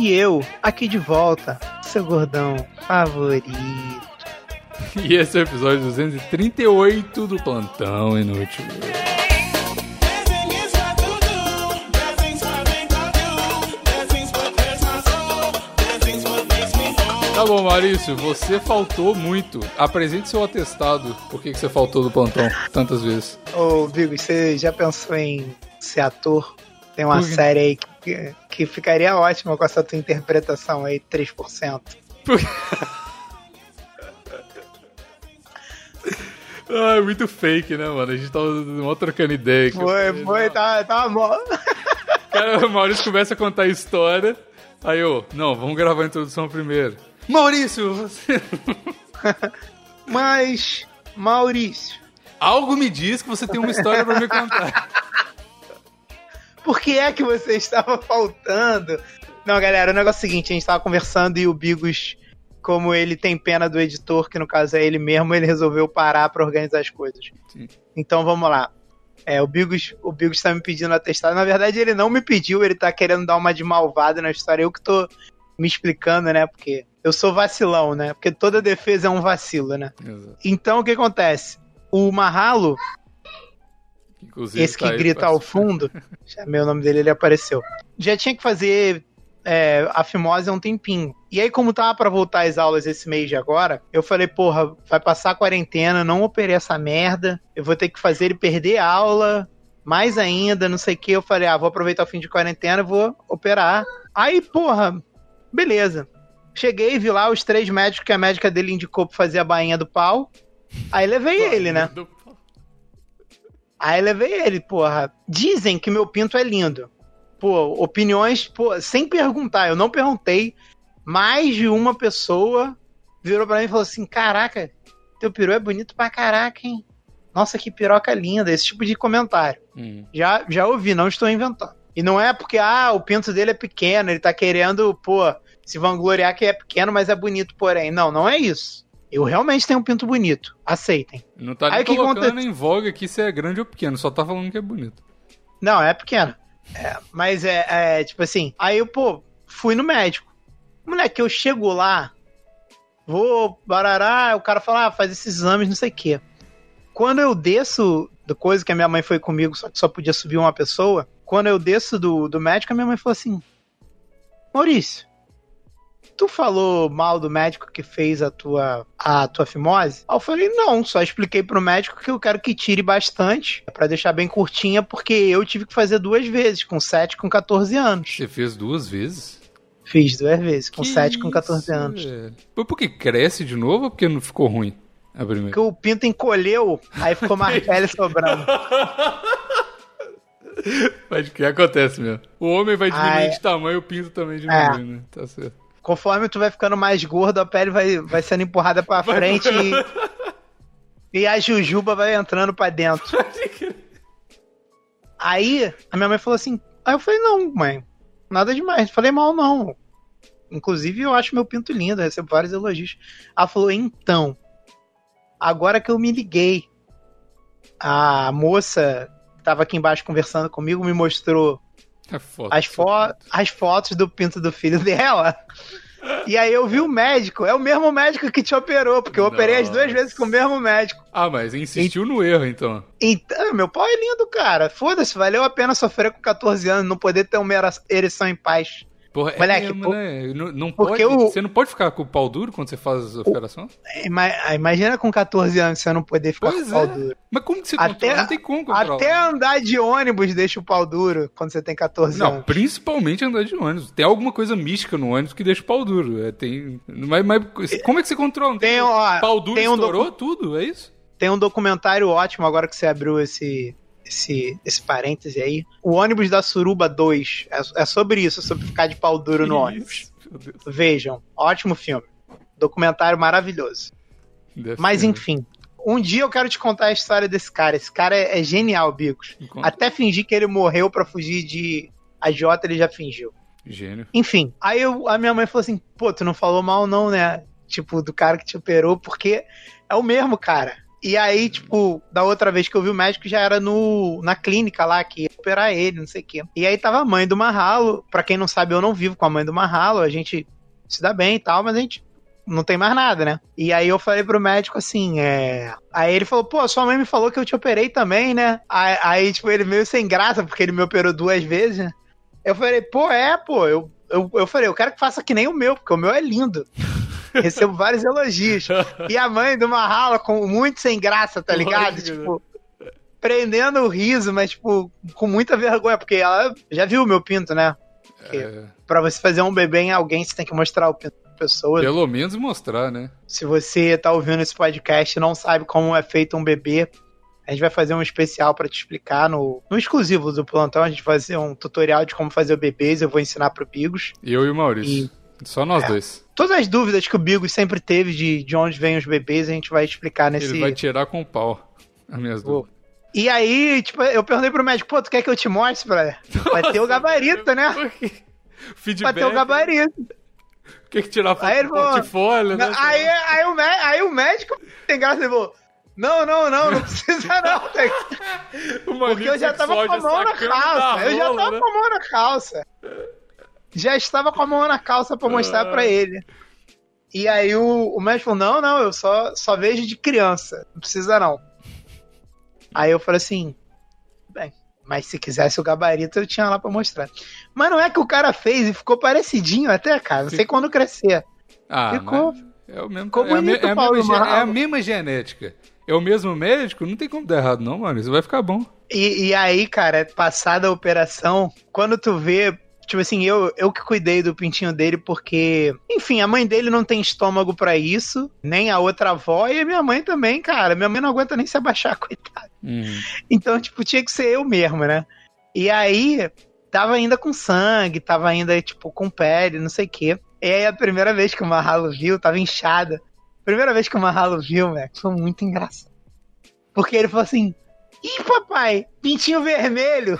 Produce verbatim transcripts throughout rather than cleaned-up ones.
E eu, aqui de volta, seu gordão favorito. E esse é o episódio duzentos e trinta e oito do Plantão Inútil. Tá bom, Maurício, você faltou muito. Apresente seu atestado. Por que, que você faltou do plantão tantas vezes? Ô, Bigos, você já pensou em ser ator? Tem uma série aí que, que ficaria ótima com essa tua interpretação aí, três por cento. Por... Ah, é muito fake, né, mano? A gente tava mal trocando ideia aqui. Foi, foi, tá, tá bom. Cara, o Maurício começa a contar a história. Aí eu, não, vamos gravar a introdução primeiro. Maurício, você... Mas, Maurício... Algo me diz que você tem uma história pra me contar. Por que é que você estava faltando? Não, galera, o negócio é o seguinte, a gente tava conversando e o Bigos, como ele tem pena do editor, que no caso é ele mesmo, ele resolveu parar pra organizar as coisas. Sim. Então vamos lá. É, o Bigos, o Bigos tá me pedindo atestado. Na verdade, ele não me pediu, ele tá querendo dar uma de malvado na história. Eu que tô me explicando, né? Porque eu sou vacilão, né? Porque toda defesa é um vacilo, né? Exato. Então, o que acontece? O Mahalo, inclusive, esse que tá grita ao fundo, chamei o nome dele, ele apareceu. Já tinha que fazer é, a fimose há um tempinho. E aí, como tava pra voltar às aulas esse mês de agora, eu falei, porra, vai passar a quarentena, não operei essa merda, eu vou ter que fazer ele perder a aula, mais ainda, não sei o que. Eu falei, ah, vou aproveitar o fim de quarentena, vou operar. Aí, porra, beleza. Cheguei, vi lá os três médicos que a médica dele indicou pra fazer a bainha do pau. Aí levei ele, né? Aí levei ele, porra. Dizem que meu pinto é lindo. Pô, opiniões, pô, sem perguntar. Eu não perguntei. Mais de uma pessoa virou pra mim e falou assim, caraca, teu peru é bonito pra caraca, hein? Nossa, que piroca linda. Esse tipo de comentário. Hum. Já, já ouvi, não estou inventando. E não é porque, ah, o pinto dele é pequeno, ele tá querendo, pô, se vangloriar que é pequeno, mas é bonito, porém. Não, não é isso. Eu realmente tenho um pinto bonito. Aceitem. Não tá nem aí, colocando que em voga aqui se é grande ou pequeno, só tá falando que é bonito. Não, é pequeno. É, mas é, é, tipo assim, aí eu, pô, fui no médico. Moleque, eu chego lá, vou, barará, o cara fala, ah, faz esses exames, não sei o quê. Quando eu desço do coisa que a minha mãe foi comigo, só que só podia subir uma pessoa, quando eu desço do, do médico, a minha mãe falou assim, Maurício, tu falou mal do médico que fez a tua, a tua fimose? Aí eu falei, não, só expliquei pro médico que eu quero que tire bastante, pra deixar bem curtinha, porque eu tive que fazer duas vezes, com sete e com catorze anos. Você fez duas vezes? Fiz duas vezes, com sete e com catorze anos. É. Foi porque cresce de novo ou porque não ficou ruim a primeira? Porque o pinto encolheu, aí ficou mais pele sobrando. Mas que acontece mesmo. O homem vai diminuindo ai, de tamanho, o pinto também diminui, é. Né? Tá certo. Conforme tu vai ficando mais gordo, a pele vai, vai sendo empurrada pra vai frente e, e a jujuba vai entrando pra dentro. Aí, a minha mãe falou assim, aí eu falei, não, mãe, nada demais. Falei mal, não. Inclusive, eu acho meu pinto lindo, eu recebo vários elogios. Ela falou, então, agora que eu me liguei, a moça que tava aqui embaixo conversando comigo me mostrou Foto, as, fo- as fotos do pinto do filho dela. E aí eu vi o médico. É o mesmo médico que te operou, porque eu Nossa. operei as duas vezes com o mesmo médico. Ah, mas insistiu e... no erro, então. Então, meu pau é lindo, cara. Foda-se, valeu a pena sofrer com catorze anos, não poder ter uma ereção em paz. Porra, moleque, é mesmo, por... né? Não, não pode, o... Você não pode ficar com o pau duro quando você faz a operação? Imagina com catorze anos você não poder ficar pois com o pau é. duro. Mas como que você até, controla? Não tem como controlar. Até andar de ônibus deixa o pau duro quando você tem catorze não, anos. Não, principalmente andar de ônibus. Tem alguma coisa mística no ônibus que deixa o pau duro. É, tem... mas, mas como é que você controla? Tem, ó, pau duro tem um estourou docu... tudo, é isso? Tem um documentário ótimo agora que você abriu esse... Esse, esse parêntese aí. O ônibus da Suruba dois. É, é sobre isso, é sobre ficar de pau duro no ônibus. Vejam, ótimo filme. Documentário maravilhoso. Deve Mas ser. Enfim, um dia eu quero te contar a história desse cara. Esse cara é, é genial, Bicos. Até fingir que ele morreu pra fugir de agiota, ele já fingiu. Gênio. Enfim, aí eu, a minha mãe falou assim, pô, tu não falou mal não, né? Tipo, do cara que te operou, porque é o mesmo cara. E aí, tipo, da outra vez que eu vi o médico já era no, na clínica lá, que ia operar ele, não sei o quê. E aí tava a mãe do Mahalo. Pra quem não sabe, eu não vivo com a mãe do Mahalo. A gente se dá bem e tal, mas a gente não tem mais nada, né? E aí eu falei pro médico assim, é... Aí ele falou, pô, sua mãe me falou que eu te operei também, né? Aí, aí tipo, ele meio sem graça, porque ele me operou duas vezes, né? Eu falei, pô, é, pô, eu, eu, eu falei, eu quero que faça que nem o meu, porque o meu é lindo. Recebo vários elogios. E a mãe do Mahalo, com muito sem graça, tá ligado? Lógico, tipo, né? Prendendo o riso, mas, tipo, com muita vergonha, porque ela já viu o meu pinto, né? Porque é. Pra você fazer um bebê em alguém, você tem que mostrar o pinto da pessoa. Pelo menos mostrar, né? Se você tá ouvindo esse podcast e não sabe como é feito um bebê, a gente vai fazer um especial pra te explicar no, no exclusivo do Plantão. A gente vai fazer um tutorial de como fazer o bebês, eu vou ensinar pro Bigos. Eu e o Maurício. E... Só nós é. dois. Todas as dúvidas que o Bigos sempre teve de, de onde vêm os bebês, a gente vai explicar nesse... Ele vai tirar com o pau as minhas Pô. dúvidas. E aí, tipo, eu perguntei pro médico, pô, tu quer que eu te mostre? Pra... Vai ter o gabarito, né? Feedback. Vai ter o gabarito. O que que tirar foto do portfólio, né? Aí, aí, o médico, aí o médico tem graça, ele falou, não, não, não, não precisa não. Porque eu já tava com a mão na calça. Eu já tava né? com a mão na calça. Já estava com a mão na calça pra mostrar ah. pra ele. E aí o, o médico falou, não, não, eu só, só vejo de criança. Não precisa não. Aí eu falei assim, bem, mas se quisesse o gabarito eu tinha lá pra mostrar. Mas não é que o cara fez e ficou parecidinho até, cara. Não sei quando crescer. Ah, ficou, é o mesmo. Ficou é, bonito, a, é, a mesma, é a mesma genética. É o mesmo médico, não tem como dar errado não, mano. Isso vai ficar bom. E, e aí, cara, passada a operação, quando tu vê... Tipo assim, eu, eu que cuidei do pintinho dele porque... Enfim, a mãe dele não tem estômago pra isso, nem a outra avó, e a minha mãe também, cara. Minha mãe não aguenta nem se abaixar, coitada. Uhum. Então, tipo, tinha que ser eu mesmo, né? E aí, tava ainda com sangue, tava ainda, tipo, com pele, não sei o quê. E aí, a primeira vez que o Mahalo viu, tava inchada. Primeira vez que o Mahalo viu, velho, foi muito engraçado. Porque ele falou assim... Ih, papai, pintinho vermelho.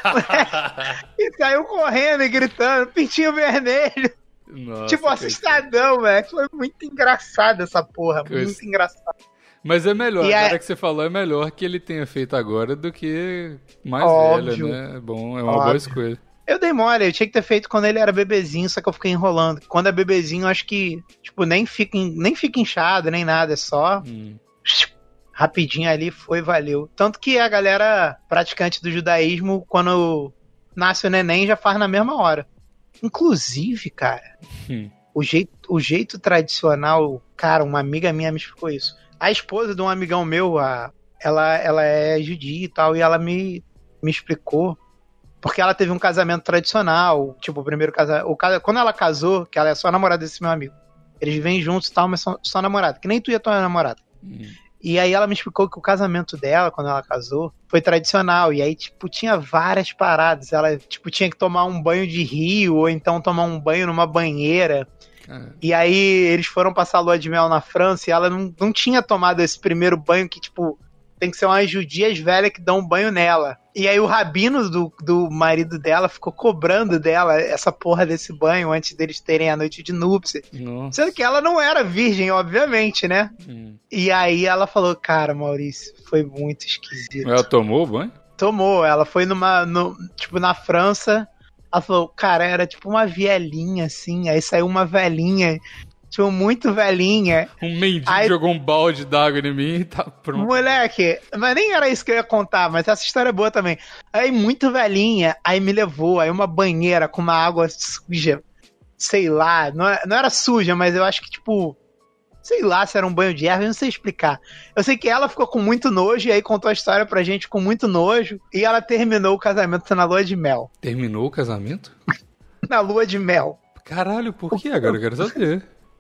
E saiu correndo e gritando, pintinho vermelho. Nossa, tipo, assustadão, velho. Foi muito engraçado essa porra, que muito isso. engraçado. Mas é melhor, e agora a... que você falou, é melhor que ele tenha feito agora do que mais Óbvio. velho, né? É bom, é uma Óbvio. boa escolha. Eu dei mole, eu tinha que ter feito quando ele era bebezinho, só que eu fiquei enrolando. Quando é bebezinho, eu acho que, tipo, nem fica, nem fica inchado, nem nada, é só... Hum. Rapidinho ali, foi, valeu. Tanto que a galera praticante do judaísmo, quando nasce o neném, já faz na mesma hora. Inclusive, cara, hum. o, jeito, o jeito tradicional, cara, uma amiga minha me explicou isso. A esposa de um amigão meu, a, ela, ela é judia e tal, e ela me, me explicou, porque ela teve um casamento tradicional, tipo, o primeiro casamento, o, quando ela casou, que ela é só namorada desse meu amigo, eles vivem juntos e tal, mas são só namorada, que nem tu e a tua namorada. Hum. E aí ela me explicou que o casamento dela, quando ela casou, foi tradicional. E aí, tipo, tinha várias paradas. Ela, tipo, tinha que tomar um banho de rio, ou então tomar um banho numa banheira. Caramba. E aí eles foram passar a lua de mel na França e ela não, não tinha tomado esse primeiro banho que, tipo, tem que ser umas judias velhas que dão um banho nela. E aí o rabino do, do marido dela ficou cobrando dela essa porra desse banho antes deles terem a noite de núpcias. Nossa. Sendo que ela não era virgem, obviamente, né? Hum. E aí ela falou, cara, Maurício, foi muito esquisito. Ela tomou o banho? Tomou, ela foi numa, no, tipo, na França, ela falou, cara, era tipo uma vielinha, assim, aí saiu uma velhinha... Tipo, muito velhinha. Um mendigo aí, jogou um balde d'água em mim e tá pronto. Moleque, mas nem era isso que eu ia contar, mas essa história é boa também. Aí, muito velhinha, aí me levou, aí uma banheira com uma água suja, sei lá, não, não era suja, mas eu acho que, tipo, sei lá se era um banho de erva, eu não sei explicar. Eu sei que ela ficou com muito nojo, e aí contou a história pra gente com muito nojo, e ela terminou o casamento na lua de mel. Terminou o casamento? Na lua de mel. Caralho, por que agora? Eu quero saber.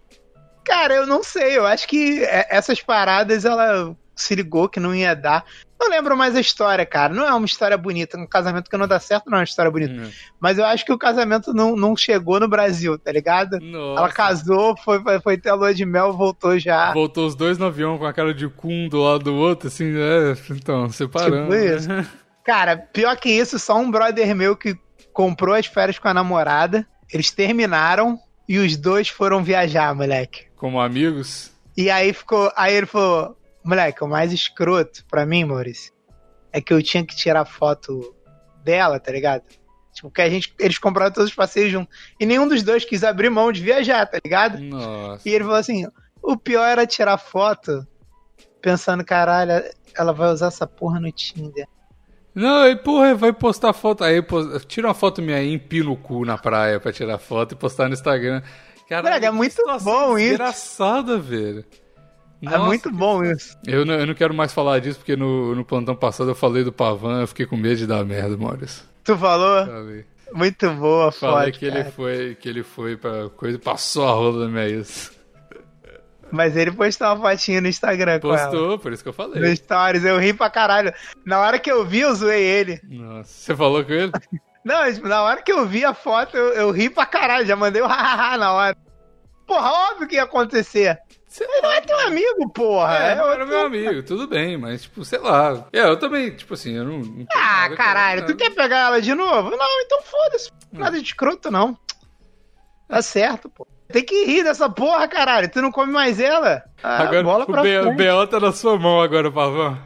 Cara, eu não sei, eu acho que essas paradas ela se ligou que não ia dar. Não lembro mais a história, cara. Não é uma história bonita. Um casamento que não dá certo não é uma história bonita. Hum. Mas eu acho que o casamento não, não chegou no Brasil, tá ligado? Nossa. Ela casou, foi, foi ter a lua de mel, voltou já. Voltou os dois no avião com a cara de cu um do lado do outro, assim, é, então, separando. Tipo isso. Né? Cara, pior que isso, só um brother meu que comprou as férias com a namorada, eles terminaram e os dois foram viajar, moleque. Como amigos? E aí ficou, aí ele falou, Moleque, o mais escroto pra mim, Maurício, é que eu tinha que tirar foto dela, tá ligado? Tipo, que a gente, eles compraram todos os passeios juntos. E nenhum dos dois quis abrir mão de viajar, tá ligado? Nossa. E ele falou assim, o pior era tirar foto pensando, caralho, ela vai usar essa porra no Tinder. Não, e porra, vai postar foto. Aí post... tira uma foto minha aí, empina o cu na praia pra tirar foto e postar no Instagram. Caralho, é muito bom isso. Engraçada, velho. Nossa, é muito bom isso. Eu não, eu não quero mais falar disso, porque no, no plantão passado eu falei do Pavan, eu fiquei com medo de dar merda, Maurício. Tu falou? Falei. Muito boa a foto. Falei que cara. ele foi, que ele foi pra coisa e passou a rola da minha ex. Mas ele postou uma fotinha no Instagram Postou, com ela. Postou, por isso que eu falei. No Stories, eu ri pra caralho. Na hora que eu vi, eu zoei ele. Nossa, você falou com ele? Não, tipo, na hora que eu vi a foto, eu, eu ri pra caralho. Já mandei o hahaha na hora. Porra, óbvio que ia acontecer. Você não é teu amigo, porra. É, é não era outro... meu amigo, tudo bem, mas, tipo, sei lá. É, eu também, tipo assim, eu não... não ah, caralho, tu quer pegar ela de novo? Não, então foda-se. Nada de escroto, não. Tá certo, pô. Tem que rir dessa porra, caralho. Tu não come mais ela? Ah, agora, bola pra o B O frente. tá na sua mão agora, Pavão.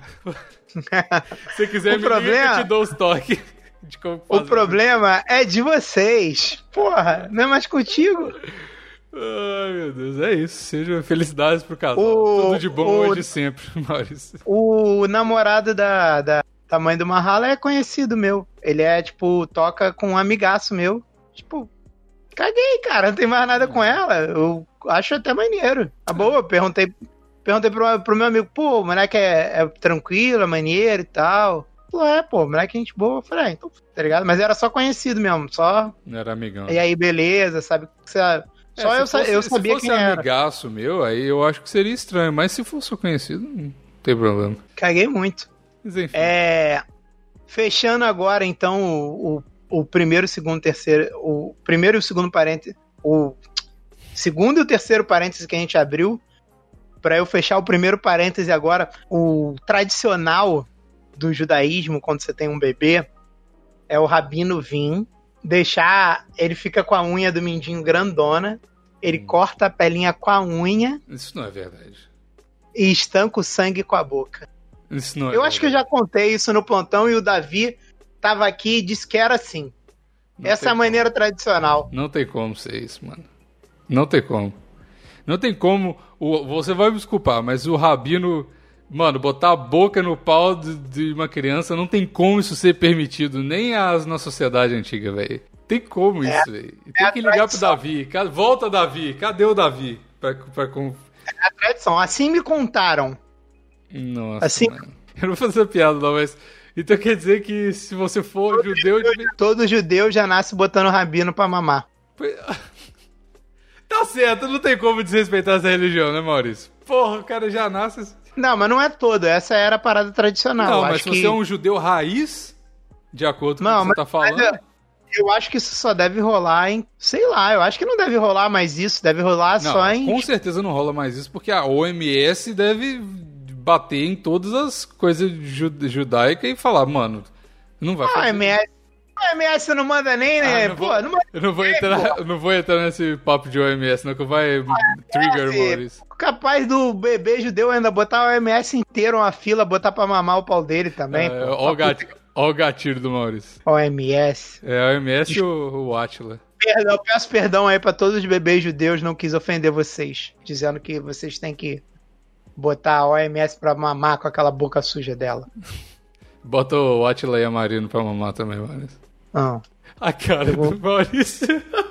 Se quiser, o me problema... liga que eu te dou os toques de como fazer. O problema é de vocês. Porra, não é mais contigo. Ai, meu Deus, é isso. Seja felicidades pro casal. O, Tudo de bom o, hoje e sempre, Maurício. O namorado da, da, da mãe do Mahala é conhecido meu. Ele é, tipo, toca com um amigaço meu. Tipo, caguei, cara. Não tem mais nada com ela. Eu acho até maneiro. Tá boa, eu perguntei, perguntei pro, pro meu amigo, pô, o moleque é, é tranquilo, é maneiro e tal. Pô, é, pô, moleque é gente boa. Eu falei, ah, então, tá ligado? Mas era só conhecido mesmo, só... Não era amigão. E aí, beleza, sabe? Você... É, Só eu, fosse, eu sabia quem era. Se fosse amigaço meu, aí eu acho que seria estranho. Mas se fosse conhecido, não tem problema. Caguei muito. Mas enfim. É... Fechando agora, então, o, o, o primeiro, segundo, terceiro... O primeiro e o segundo parênteses... O segundo e o terceiro parênteses que a gente abriu. Pra eu fechar o primeiro parêntese agora. O tradicional do judaísmo, quando você tem um bebê, é o rabino vir... Deixar... Ele fica com a unha do mindinho grandona. Ele hum. corta a pelinha com a unha. Isso não é verdade. E estanca o sangue com a boca. Isso não é Eu verdade. acho que eu já contei isso no plantão e o Davi tava aqui e disse que era assim. Não Essa é a maneira como. tradicional. Não tem como ser isso, mano. Não tem como. Não tem como... O, você vai me desculpar, mas o rabino... Mano, botar a boca no pau de, de uma criança não tem como isso ser permitido, nem as, na sociedade antiga, velho. Tem como é, isso, velho. Tem é que ligar pro Davi. Volta, Davi. Cadê o Davi? Pra, pra, pra... É a tradição. Assim me contaram. Nossa, assim... mano. Eu não vou fazer piada, não, mas... Então quer dizer que se você for todo judeu... judeu todo judeu já nasce botando o rabino pra mamar. Tá certo, não tem como desrespeitar essa religião, né, Maurício? Porra, o cara já nasce... Não, mas não é todo. Essa era a parada tradicional. Não, mas acho se que... você é um judeu raiz, de acordo com não, o que você tá falando... Eu, eu acho que isso só deve rolar em... Sei lá, eu acho que não deve rolar mais isso. Deve rolar não, só em... com certeza não rola mais isso, porque a O M S deve bater em todas as coisas judaicas e falar, mano, não vai fazer... A O M S... A O M S não manda nem, né? Ah, não Pô, vou, não manda eu não vou, nem, entrar, eu não vou entrar nesse papo de O M S, não, que vai trigger, Maurício. Capaz do bebê judeu ainda botar o O M S inteiro uma fila, botar pra mamar o pau dele também. É, ó, o gatilho, ó o gatilho do Maurício. O M S. É, o O M S e o, o Átila. Perdão, peço perdão aí pra todos os bebês judeus, não quis ofender vocês, dizendo que vocês têm que botar a O M S pra mamar com aquela boca suja dela. Bota o Átila e a Marino pra mamar também, Maurício. Não. A cara vou... do Maurício.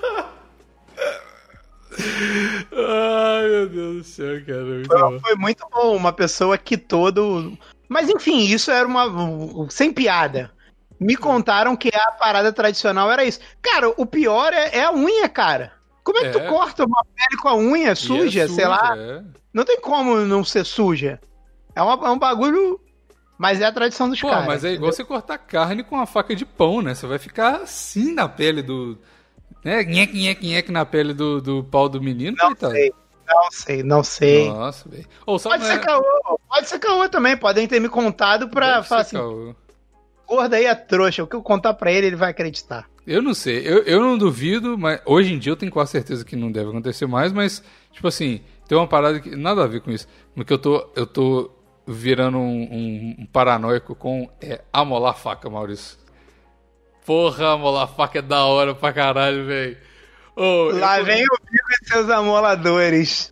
Ai, meu Deus do céu, cara. Muito foi, bom. foi muito bom. Uma pessoa que todo... Mas enfim, isso era uma... Sem piada. Me contaram que a parada tradicional era isso. Cara, o pior é, é a unha, cara. Como é que é. tu corta uma pele com a unha suja, é suja sei lá? É. Não tem como não ser suja. É, uma, é um bagulho... Mas é a tradição dos Pô, caras. mas é igual entendeu? Você cortar carne com uma faca de pão, né? Você vai ficar assim na pele do... Né? Nheque, nheque, nheque na pele do, do pau do menino. Não coitado. sei, não sei, não sei. Nossa, velho. Pode é... ser caô, pode ser caô também. Podem ter me contado pra Deve falar assim... Caô. Gorda aí é trouxa. O que eu contar pra ele, ele vai acreditar. Eu não sei. Eu, eu não duvido, mas hoje em dia eu tenho quase certeza que não deve acontecer mais, mas, tipo assim, tem uma parada que... Nada a ver com isso. No que eu tô... Eu tô virando um, um, um paranoico com é, amolar faca, Maurício. Porra, amolar faca é da hora pra caralho, velho. Oh, Lá eu... vem o Bigo e seus amoladores.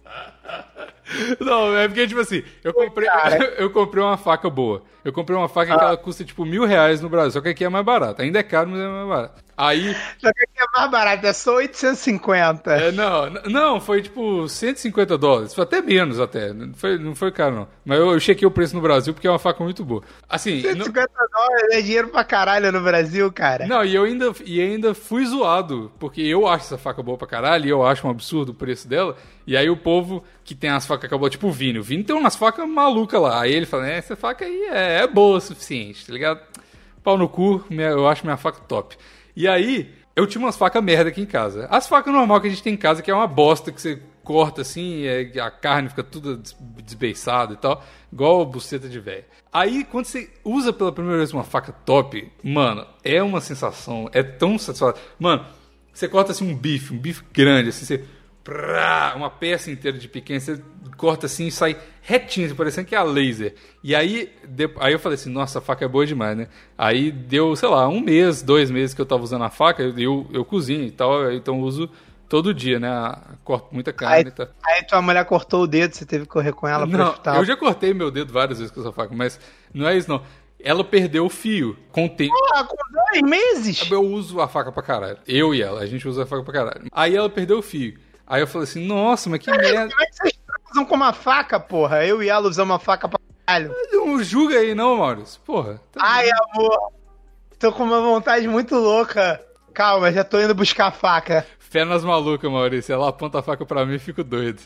Não, é porque, tipo assim, eu comprei, eu comprei uma faca boa. Eu comprei uma faca ah. que ela custa, tipo, mil reais no Brasil. Só que aqui é mais barato. Ainda é caro, mas é mais barato. Aí... Só que aqui é mais barato, é só oitocentos e cinquenta. É, não, não, foi, tipo, cento e cinquenta dólares. Foi até menos, até. Não foi, não foi caro, não. Mas eu, eu chequei o preço no Brasil porque é uma faca muito boa. Assim... cento e cinquenta não... dólares é dinheiro pra caralho no Brasil, cara. Não, e eu ainda, e ainda fui zoado. Porque eu acho essa faca boa pra caralho e eu acho um absurdo o preço dela. E aí o povo que tem as facas acabou, tipo o Vini. O Vini tem umas facas malucas lá. Aí ele fala, é, essa faca aí é, é boa o suficiente, tá ligado? Pau no cu, minha, eu acho minha faca top. E aí, eu tinha umas facas merda aqui em casa. As facas normal que a gente tem em casa, que é uma bosta que você corta assim, e a carne fica toda desbeiçada e tal. Igual a buceta de velho. Aí, quando você usa pela primeira vez uma faca top, mano, é uma sensação, é tão satisfatório. Mano, você corta assim um bife, um bife grande, assim, você... uma peça inteira de picanha, você corta assim e sai retinho, parecendo que é a laser. E aí, de, aí eu falei assim, nossa, a faca é boa demais, né? Aí deu, sei lá, um mês, dois meses que eu tava usando a faca, eu, eu cozinho e tal, então eu uso todo dia, né? Corto muita carne aí, e tal. Aí tua mulher cortou o dedo, você teve que correr com ela não, pro hospital. Eu já cortei meu dedo várias vezes com essa faca, mas não é isso não. Ela perdeu o fio com o tempo. Ah, com dois meses? Eu uso a faca pra caralho. Eu e ela, a gente usa a faca pra caralho. Aí ela perdeu o fio. Aí eu falei assim, nossa, mas que merda. Como é que vocês usam com uma faca, porra? Eu e ela usamos uma faca pra caralho. Não julga aí não, Maurício. Porra. Tá Ai, bem. Amor. Tô com uma vontade muito louca. Calma, já tô indo buscar a faca. Fé nas malucas, Maurício. Ela aponta a faca pra mim e fico doido.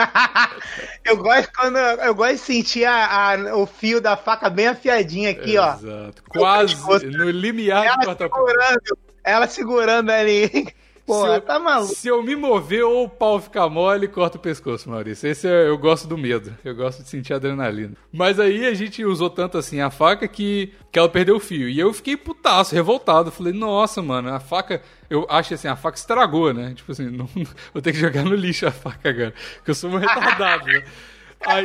eu gosto quando eu gosto de sentir a, a, o fio da faca bem afiadinho aqui, Exato. ó. Exato. Quase no limiar ela do corta segurando, ela segurando ali. Pô, eu, tá maluco. Se eu me mover ou o pau ficar mole, corta o pescoço, Maurício. Esse é, eu gosto do medo. Eu gosto de sentir adrenalina. Mas aí a gente usou tanto assim a faca que, que ela perdeu o fio. E eu fiquei putaço, revoltado. Falei, nossa, mano, a faca... Eu acho assim, a faca estragou, né? Tipo assim, não, vou ter que jogar no lixo a faca agora. Porque eu sou um retardado, né? Aí...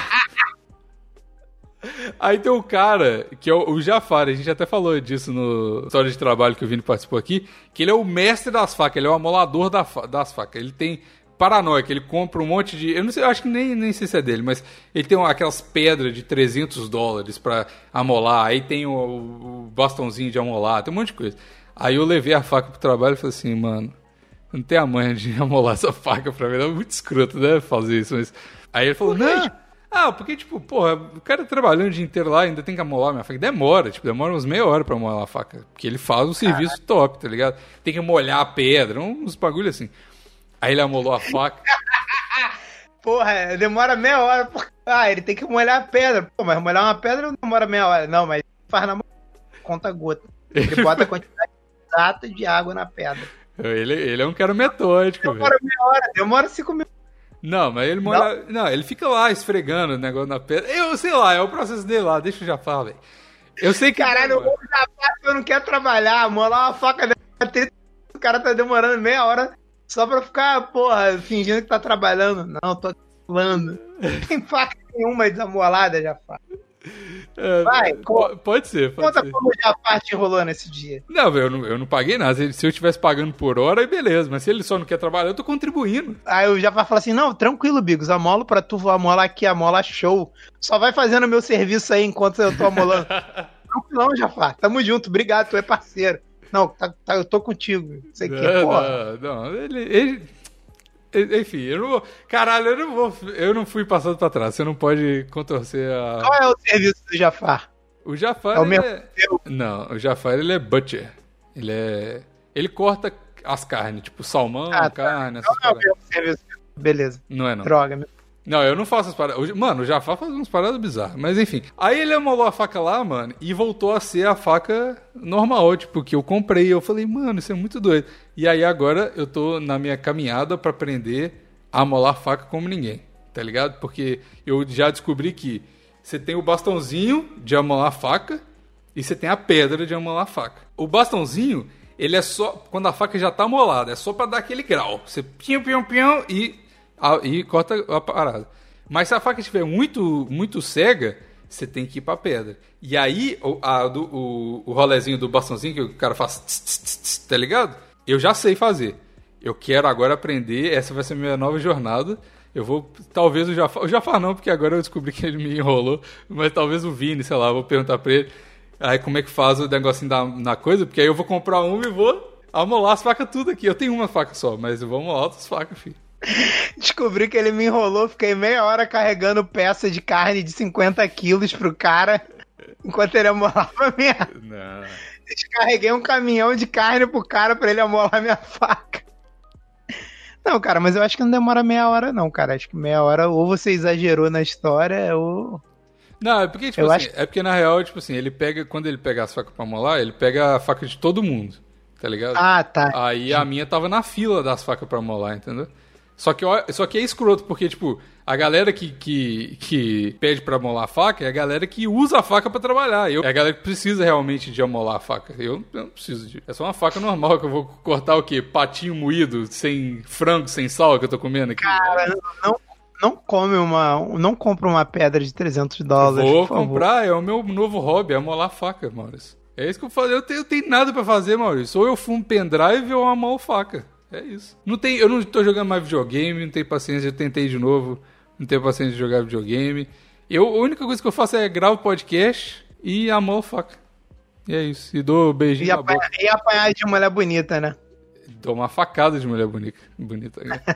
Aí tem um cara, que é o Jafar, a gente até falou disso no História de Trabalho que o Vini participou aqui, que ele é o mestre das facas, ele é o amolador da fa- das facas. Ele tem paranoia, ele compra um monte de... Eu não sei, eu acho que nem, nem sei se é dele, mas ele tem aquelas pedras de trezentos dólares pra amolar, aí tem o, o bastãozinho de amolar, tem um monte de coisa. Aí eu levei a faca pro trabalho e falei assim, mano, não tem a manha de amolar essa faca pra mim, é muito escroto, né, fazer isso, mas... Aí ele falou, não... Ah, porque, tipo, porra, o cara trabalhando o dia inteiro lá, ainda tem que amolar minha faca. Demora, tipo, demora uns meia hora pra amolar a faca. Porque ele faz um serviço ah. top, tá ligado? Tem que molhar a pedra, uns bagulho assim. Aí ele amolou a faca. Porra, demora meia hora. Por... Ah, ele tem que molhar a pedra. Pô, mas molhar uma pedra não demora meia hora. Não, mas faz na conta gota. Ele bota a quantidade exata de água na pedra. Ele, ele é um cara metódico, velho. Demora meia hora, demora cinco minutos. Não, mas ele molha... Não. não, ele fica lá esfregando o negócio na pedra. Eu sei lá, é o processo dele lá, deixa eu já falar, velho. Eu sei que... Caralho, o Jafar, eu não quero trabalhar, molar uma faca dentro, o cara tá demorando meia hora só pra ficar, porra, fingindo que tá trabalhando. Não, tô falando. Não tem faca nenhuma desamolada, Jafar. É, Vai, pode, pode ser, pode conta ser. como o Jafar te enrolou nesse dia. Não, eu não, eu não paguei nada. Se, se eu estivesse pagando por hora, aí beleza. Mas se ele só não quer trabalhar, eu tô contribuindo. Aí o Jafar fala assim, não, tranquilo, Bigos, amolo pra tu amolar aqui, amola show. Só vai fazendo o meu serviço aí enquanto eu tô amolando. Tranquilão, Jafar, tamo junto, obrigado, tu é parceiro. Não, tá, tá, eu tô contigo. Sei que, não, porra. Não, não, ele... ele... Enfim, eu não vou... Caralho, eu não vou... Eu não fui passado pra trás. Você não pode contorcer a... Qual é o serviço do Jafar? O Jafar, é o ele mesmo é... Não, o Jafar, ele é butcher. Ele é... Ele corta as carnes, tipo salmão, ah, carne, tá. essas Não, não é o mesmo serviço. Beleza. Não é, não. Droga, meu. Não, eu não faço as paradas. Mano, o Jafar faz umas paradas bizarras. Mas enfim. Aí ele amolou a faca lá, mano, e voltou a ser a faca normal, tipo, que eu comprei. Eu falei, mano, isso é muito doido. E aí agora eu tô na minha caminhada pra aprender a amolar faca como ninguém, tá ligado? Porque eu já descobri que você tem o bastãozinho de amolar faca e você tem a pedra de amolar faca. O bastãozinho, ele é só... Quando a faca já tá amolada, é só pra dar aquele grau. Você pião, pião, pião e... e corta a parada. Mas se a faca estiver muito, muito cega, você tem que ir pra pedra. E aí, o, a, do, o, o rolezinho do bastãozinho que o cara faz, tss, tss, tss, tss, tá ligado? Eu já sei fazer. Eu quero agora aprender, essa vai ser a minha nova jornada. Eu vou, talvez o Jafar, o Jafar não, porque agora eu descobri que ele me enrolou, mas talvez o Vini, sei lá, eu vou perguntar pra ele, aí como é que faz o negocinho da, na coisa, porque aí eu vou comprar uma e vou amolar as facas tudo aqui. Eu tenho uma faca só, mas eu vou amolar outras facas, filho. Descobri que ele me enrolou, fiquei meia hora carregando peça de carne de cinquenta quilos pro cara, enquanto ele amolava a minha... Não. Descarreguei um caminhão de carne pro cara pra ele amolar minha faca. Não, cara, mas eu acho que não demora meia hora não, cara. Acho que meia hora ou você exagerou na história ou... Não, é porque, tipo eu assim, acho... é porque na real, tipo assim, ele pega, quando ele pega as facas pra amolar, ele pega a faca de todo mundo, tá ligado? Ah, tá. Aí a minha tava na fila das facas pra amolar, entendeu? Só que, só que é escroto, porque, tipo, a galera que, que, que pede pra amolar a faca é a galera que usa a faca pra trabalhar. Eu, é a galera que precisa realmente de amolar a faca. Eu, eu não preciso de... É só uma faca normal que eu vou cortar o quê? Patinho moído, sem frango, sem sal que eu tô comendo aqui. Cara, não, não come uma... Não compra uma pedra de trezentos dólares, Vou por favor. comprar, é o meu novo hobby, é amolar a faca, Maurício. É isso que eu faço. Eu tenho, eu tenho nada pra fazer, Maurício. Ou eu fumo pendrive ou eu amolo faca. É isso. Não tem, eu não tô jogando mais videogame, não tenho paciência, eu tentei de novo, não tenho paciência de jogar videogame. Eu, a única coisa que eu faço é gravo podcast e amolo faca. E é isso. E dou beijinho E, na apanha, boca. e apanhar de mulher bonita, né? Dou uma facada de mulher bonita. bonita né?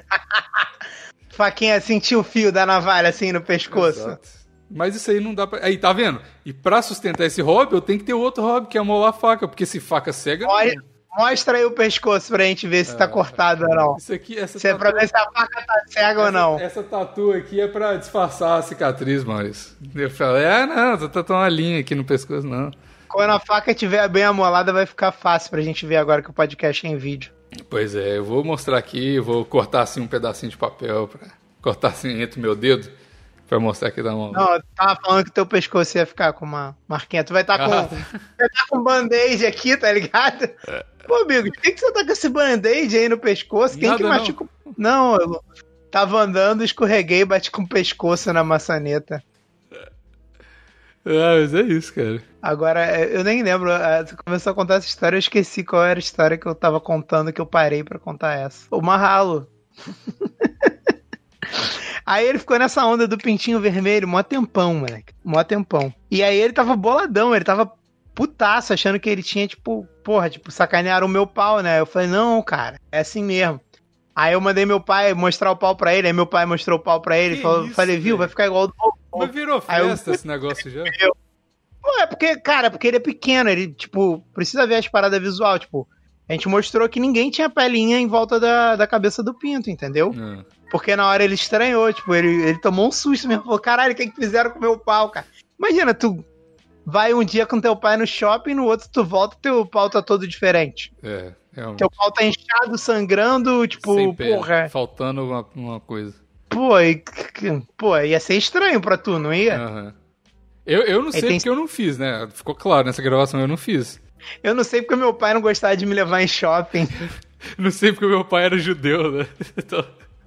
Faquinha, sentir o fio da navalha assim no pescoço. Exato. Mas isso aí não dá pra... Aí, tá vendo? E pra sustentar esse hobby, eu tenho que ter outro hobby, que é amolar a faca. Porque se faca cega... Olha... Mostra aí o pescoço pra gente ver se tá Ah, cortado ou não. Isso aqui, essa Se é pra ver se a faca tá cega essa, ou não. Essa tatu aqui é pra disfarçar a cicatriz, Maurício. Eu falei, ah, não, tô tatuando uma linha aqui no pescoço, não. Quando a faca estiver bem amolada, vai ficar fácil pra gente ver agora que o podcast é em vídeo. Pois é, eu vou mostrar aqui, eu vou cortar assim um pedacinho de papel, pra cortar assim entre o meu dedo, pra mostrar que dá uma... Não, eu tava falando que teu pescoço ia ficar com uma marquinha. Tu vai estar tá com, Ah. vai tá com band-aid aqui, tá ligado? Pô, amigo, por que, que você tá com esse band-aid aí no pescoço? Quem Nada, que machuca? Não, não eu tava andando, escorreguei, bati com o pescoço na maçaneta. Ah, mas é isso, cara. Agora, eu nem lembro, você começou a contar essa história, eu esqueci qual era a história que eu tava contando, que eu parei pra contar essa. O Mahalo. Aí ele ficou nessa onda do pintinho vermelho, mó tempão, moleque. Mó tempão. E aí ele tava boladão, ele tava putaço, achando que ele tinha, tipo, porra, tipo, sacanearam o meu pau, né? Eu falei, não, cara, é assim mesmo. Aí eu mandei meu pai mostrar o pau pra ele, aí meu pai mostrou o pau pra ele, falou, isso, falei, viu, velho? vai ficar igual do Bobo. Mas virou festa esse negócio já? Eu... Pô, é porque, cara, porque ele é pequeno, ele, tipo, precisa ver as paradas visual, tipo, a gente mostrou que ninguém tinha pelinha em volta da, da cabeça do pinto, entendeu? Hum. Porque na hora ele estranhou, tipo, ele, ele tomou um susto mesmo, falou, caralho, o que que fizeram com o meu pau, cara? Imagina, tu vai um dia com teu pai no shopping, no outro tu volta e teu pau tá todo diferente. É, realmente. Teu pau tá inchado, sangrando, tipo, Sem pé, porra. faltando uma, uma coisa. Pô, e, pô, ia ser estranho pra tu, não ia? Uhum. Eu, eu não sei tem... porque eu não fiz, né? Ficou claro nessa gravação, eu não fiz. Eu não sei porque meu pai não gostava de me levar em shopping. Não sei porque meu pai era judeu, né? Então...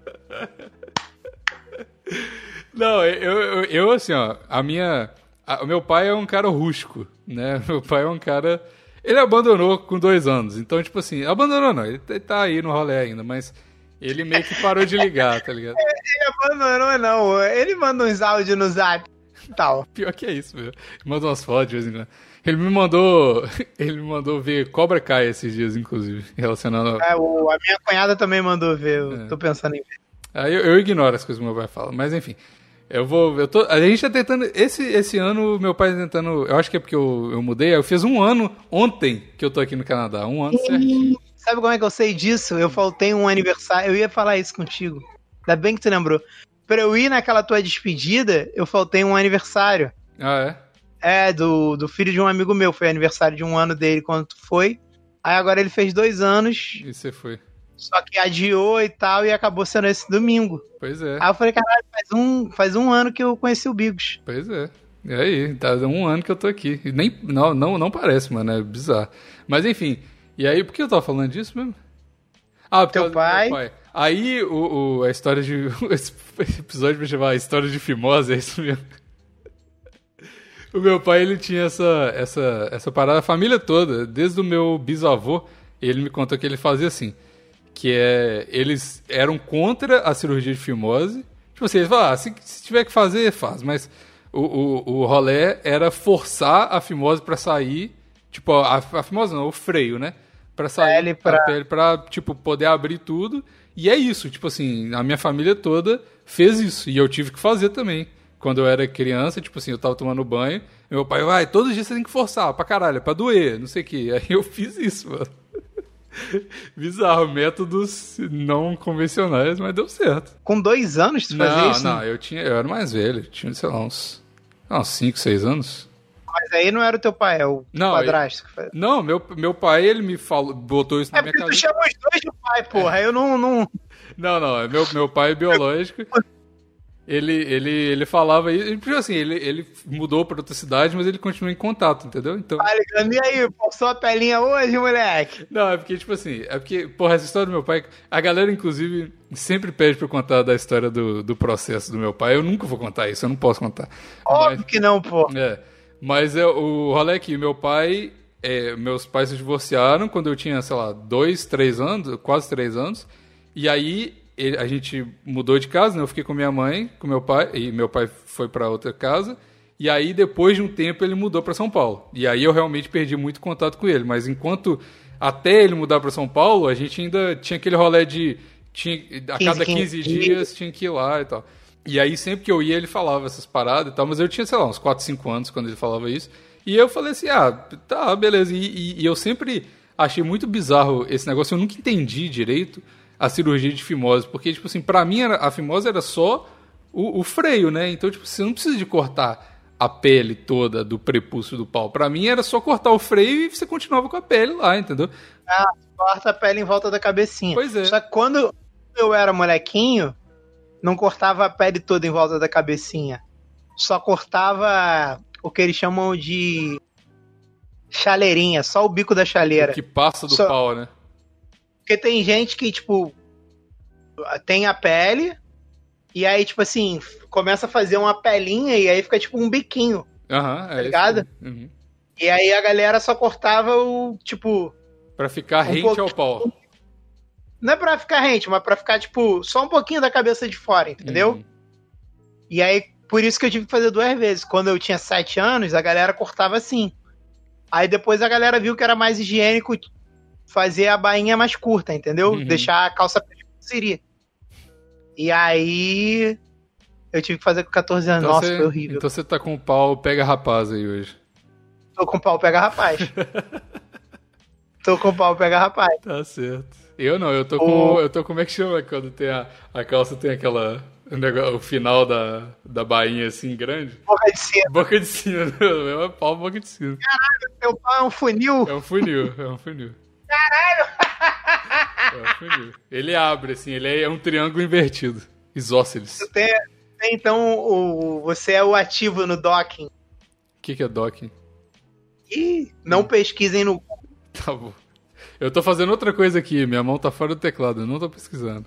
Não, eu, eu, eu assim, ó, a minha... A, o meu pai é um cara rústico, né? Meu pai é um cara... Ele abandonou com dois anos, então, tipo assim, abandonou não, ele tá aí no rolê ainda, mas ele meio que parou de ligar, tá ligado? Ele abandonou, não, ele manda uns áudios no zap e tal. Pior que é isso, meu. Ele manda umas fotos de vez em quando. Ele me mandou. Ele me mandou ver Cobra Kai esses dias, inclusive. Relacionando a... É, o, a minha cunhada também mandou ver. Eu É. tô pensando em ver. Aí eu, eu ignoro as coisas que meu pai fala. Mas enfim. Eu vou. Eu tô, a gente tá tentando. Esse, esse ano, meu pai tá tentando. Eu acho que é porque eu, eu mudei. Eu fiz um ano ontem que eu tô aqui no Canadá. Um ano certinho. Sabe como é que eu sei disso? Eu faltei um aniversário. Eu ia falar isso contigo. Ainda bem que tu lembrou. Pra eu ir naquela tua despedida, eu faltei um aniversário. Ah, é? É, do, do filho de um amigo meu. Foi aniversário de um ano dele quando tu foi. Aí agora ele fez dois anos. E você foi. Só que adiou e tal, e acabou sendo esse domingo. Pois é. Aí eu falei, caralho, faz um, faz um ano que eu conheci o Bigos. Pois é. E aí, tá um ano que eu tô aqui. E nem, não, não, não parece, mano. É bizarro. Mas enfim. E aí, por que eu tava falando disso mesmo? Ah, porque Teu pai. Meu pai. Aí, o, o, a história de... Esse episódio vai chamar a história de Fimose, é isso mesmo? O meu pai, ele tinha essa, essa, essa parada, a família toda, desde o meu bisavô, ele me contou que ele fazia assim, que é, eles eram contra a cirurgia de fimose, tipo assim, eles falavam, ah, se, se tiver que fazer, faz, mas o, o, o rolê era forçar a fimose pra sair, tipo, a, a fimose não, o freio, né, pra sair Pele pra- a pele pra, tipo, poder abrir tudo, e é isso, tipo assim, a minha família toda fez isso, e eu tive que fazer também. Quando eu era criança, tipo assim, eu tava tomando banho, e meu pai, vai, todos os dias você tem que forçar, pra caralho, pra doer, não sei o que. Aí eu fiz isso, mano. Bizarro, métodos não convencionais, mas deu certo. Com dois anos tu fazia Não, isso? não, eu tinha, eu era mais velho, tinha, sei lá, uns, uns cinco, seis anos. Mas aí não era o teu pai, é o Não, padrasto que fazia. Não, meu, meu pai, ele me falou, botou isso na É minha porque tu cabeça. chama os dois de pai, porra. Eu não, não... Não, não, é meu, meu pai é biológico. Ele, ele, ele falava isso, porque assim, ele, ele mudou pra outra cidade, mas ele continua em contato, entendeu? Então. Tá ligando? E aí, passou a pelinha hoje, moleque? Não, é porque, tipo assim, é porque, porra, essa história do meu pai, a galera, inclusive, sempre pede pra eu contar da história do, do processo do meu pai. Eu nunca vou contar isso, eu não posso contar. Óbvio Mas, que não, pô. é, mas é, o rolê é que meu pai, é, meus pais se divorciaram quando eu tinha, sei lá, dois, três anos, quase três anos, e aí ele- a gente mudou de casa, né? Eu fiquei com minha mãe, com meu pai, e meu pai foi pra outra casa. E aí, depois de um tempo, ele mudou pra São Paulo. E aí eu realmente perdi muito contato com ele. Mas enquanto, até ele mudar pra São Paulo, a gente ainda tinha aquele rolê de... Tinha, a cada quinze dias tinha que ir lá e tal. E aí, sempre que eu ia, ele falava essas paradas e tal. Mas eu tinha, sei lá, uns quatro, cinco anos quando ele falava isso. E eu falei assim, ah, tá, beleza. E, e- e eu sempre achei muito bizarro esse negócio. Eu nunca entendi direito a cirurgia de fimose. Porque, tipo assim, pra mim, era- a fimose era só o, o freio, né? Então, tipo, você não precisa de cortar a pele toda do prepúcio do pau. Pra mim, era só cortar o freio e você continuava com a pele lá, entendeu? Ah, corta a pele em volta da cabecinha. Pois é. Só que quando eu era molequinho, não cortava a pele toda em volta da cabecinha. Só cortava o que eles chamam de chaleirinha, só o bico da chaleira. O que passa do Só- pau, né? Porque tem gente que, tipo, tem a pele, e aí, tipo assim, começa a fazer uma pelinha e aí fica tipo um biquinho. Aham, é isso. ligado? Uhum. E aí a galera só cortava o, tipo, Pra ficar Um rente pouco- ao pau. não é pra ficar rente, mas pra ficar, tipo, só um pouquinho da cabeça de fora, entendeu? Uhum. E aí, por isso que eu tive que fazer duas vezes. Quando eu tinha sete anos, a galera cortava assim. Aí depois a galera viu que era mais higiênico fazer a bainha mais curta, entendeu? Uhum. Deixar a calça preta como seria. E aí eu tive que fazer com catorze anos. Então Nossa, você- foi horrível. Então você tá com o pau pega rapaz aí hoje. Tô com pau pega rapaz. Tô com pau pega rapaz. Tá certo. Eu não, eu tô O- com. Eu tô como é que chama quando tem a, a calça tem aquela. O, negócio, o final da, da bainha assim grande. Boca de cima. Boca de sino, né? Meu é pau, boca de sino. Teu pau é um funil. É um funil, é um funil. Caralho! É um funil. Ele abre, assim, ele é um triângulo invertido. Isósceles. O Tem, tem, então, o, você é o ativo no docking. que, que é docking? Ih, não pesquisem no. Tá bom. Eu tô fazendo outra coisa aqui, minha mão tá fora do teclado, eu não tô pesquisando.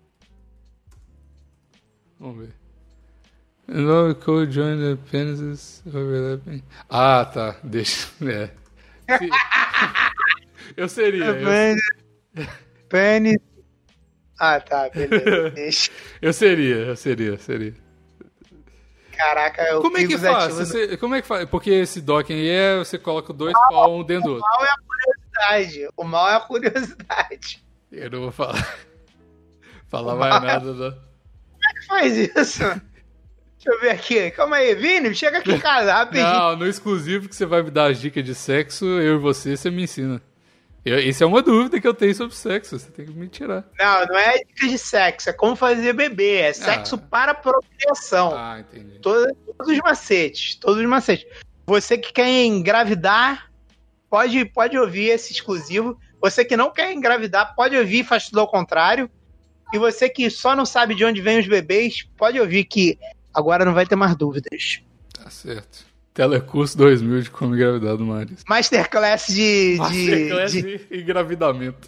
Vamos ver. No code join the penises overlapping. Ah, tá. Deixa. É. Se- Eu seria. Eu, Pênis. Pênis. Ah, tá, beleza. Deixa. eu seria, eu seria, seria. Caraca, eu Como é que faz? Você- como é que faz? Porque esse docking aí é. Você coloca dois pau um dentro do O outro. mal é a curiosidade. O mal é a curiosidade. Eu não vou falar. Falar mais nada, não. Como é que faz isso? Deixa eu ver aqui. Calma aí, Vini, chega aqui em casa, rapidinho. Não, no exclusivo que você vai me dar as dicas de sexo, eu e você, você me ensina. Eu, isso é uma dúvida que eu tenho sobre sexo, você tem que me tirar. Não, não é dicas de sexo, é como fazer bebê. É sexo para procriação. Ah, entendi. Todos, todos os macetes, todos os macetes. Você que quer engravidar, pode, pode ouvir esse exclusivo. Você que não quer engravidar, pode ouvir Faz Tudo ao Contrário. E você que só não sabe de onde vêm os bebês, pode ouvir que agora não vai ter mais dúvidas. Tá certo. Telecurso dois mil de como engravidar do Maris. Masterclass de... de, Masterclass de... de engravidamento.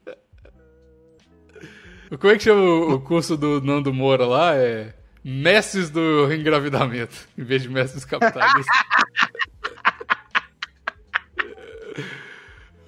Como é que chama o, o curso do Nando Moura lá? É Mestres do Engravidamento, em vez de Mestres Capitalistas.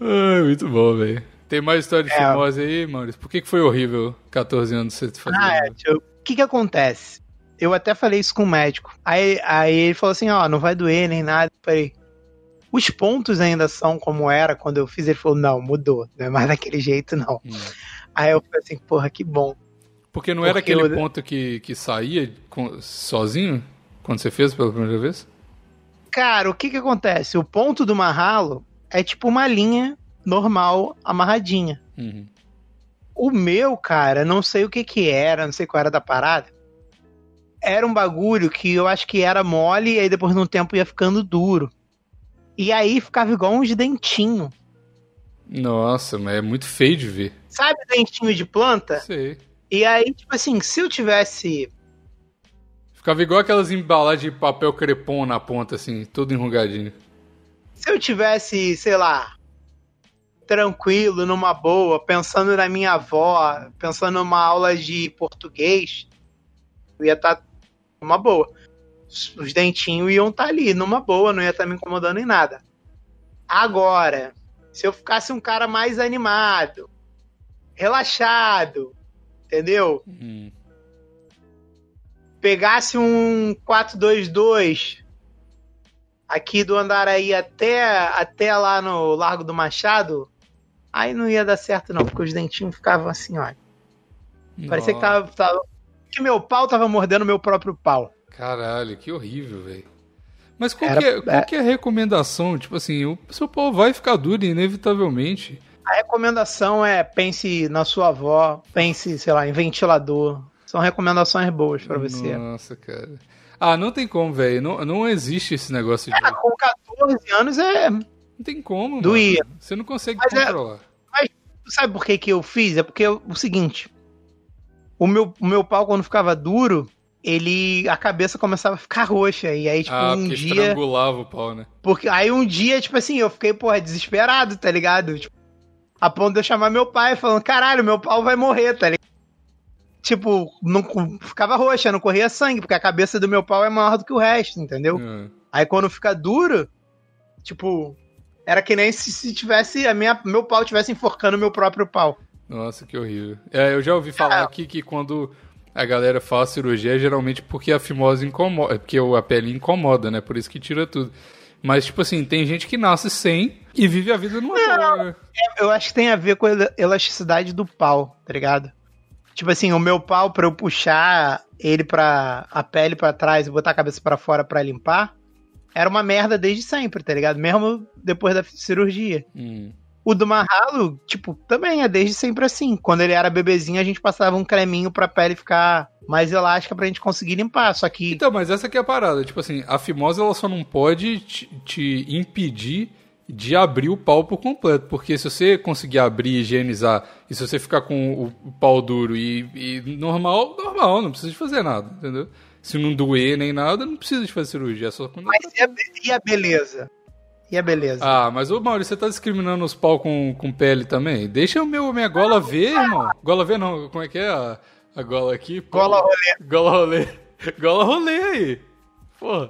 Ai, muito bom, velho. Tem mais história de É. fimose aí, Maurício? Por que, que foi horrível catorze anos você fazer? Ah, é, tio. O que que acontece? Eu até falei isso com o médico. Aí, aí ele falou assim, ó, não vai doer nem nada. Eu falei, os pontos ainda são como era quando eu fiz. Ele falou, não, mudou. Não é mais daquele jeito, não. Hum. Aí eu falei assim, porra, que bom. Porque não era Porque aquele eu- ponto que, que saía com- sozinho quando você fez pela primeira vez? Cara, o que que acontece? O ponto do marralo é tipo uma linha normal, amarradinha. Uhum. O meu, cara, não sei o que que era, não sei qual era da parada. Era um bagulho que eu acho que era mole e aí depois de um tempo ia ficando duro. E aí ficava igual uns dentinhos. Nossa, mas é muito feio de ver. Sabe dentinho de planta? Sei. E aí, tipo assim, se eu tivesse... Ficava igual aquelas embalagens de papel crepom na ponta, assim, todo enrugadinho. Se eu tivesse, sei lá, tranquilo, numa boa, pensando na minha avó, pensando numa aula de português, eu ia estar numa boa. Os os dentinhos iam estar ali, numa boa, não ia estar me incomodando em nada. Agora, se eu ficasse um cara mais animado, relaxado, entendeu? Hum. Pegasse um quatro dois dois aqui do Andaraí até, até lá no Largo do Machado, aí não ia dar certo não, porque os dentinhos ficavam assim, ó. Parecia que tava, tava que meu pau tava mordendo meu próprio pau. Caralho, que horrível, velho. Mas qual, Era- que é, qual que é a recomendação? Tipo assim, o seu pau vai ficar duro inevitavelmente. A recomendação é pense na sua avó, pense, sei lá, em ventilador. São recomendações boas pra você. Nossa, cara. Ah, não tem como, velho. Não, não existe esse negócio de... Ah, com catorze anos é... Não tem como, Doía. mano. Você não consegue Mas é- controlar. Sabe por que que eu fiz? É porque é o seguinte, o meu, o meu pau quando ficava duro, ele, a cabeça começava a ficar roxa, e aí tipo Ah, um porque dia, estrangulava o pau, né? porque aí um dia, tipo assim, eu fiquei, porra, desesperado, tá ligado? Tipo, a ponto de eu chamar meu pai, falando, caralho, meu pau vai morrer, tá ligado? Tipo, não ficava roxa, não corria sangue, porque a cabeça do meu pau é maior do que o resto, entendeu? É. Aí quando fica duro, tipo, era que nem se, se tivesse, a minha, meu pau tivesse enforcando meu próprio pau. Nossa, que horrível. É, eu já ouvi falar É. aqui que quando a galera faz cirurgia é geralmente porque a fimose incomoda, porque a pele incomoda, né? Por isso que tira tudo. Mas, tipo assim, tem gente que nasce sem e vive a vida numa boa. Eu acho que tem a ver com a ela- elasticidade do pau, tá ligado? Tipo assim, o meu pau, pra eu puxar ele pra. A pele pra trás e botar a cabeça pra fora pra limpar, era uma merda desde sempre, tá ligado? Mesmo depois da cirurgia. Hum. O do Marralo, tipo, também é desde sempre assim. Quando ele era bebezinho, a gente passava um creminho pra pele ficar mais elástica pra gente conseguir limpar. Só que. Então, mas essa aqui é a parada. Tipo assim, a fimose ela só não pode te, te impedir de abrir o pau por completo. Porque se você conseguir abrir e higienizar, e se você ficar com o, o pau duro e, e normal, normal, não precisa de fazer nada, entendeu? Se não doer nem nada, não precisa de fazer cirurgia. É só quando... Mas e a, e a beleza? E a beleza? Ah, mas ô Maurício, você tá discriminando os pau com, com pele também? Deixa o meu, minha gola ver, irmão. Gola ver não, como é que é a, a gola aqui? Pô, Gola rolê. Gola rolê. Gola rolê aí. Porra.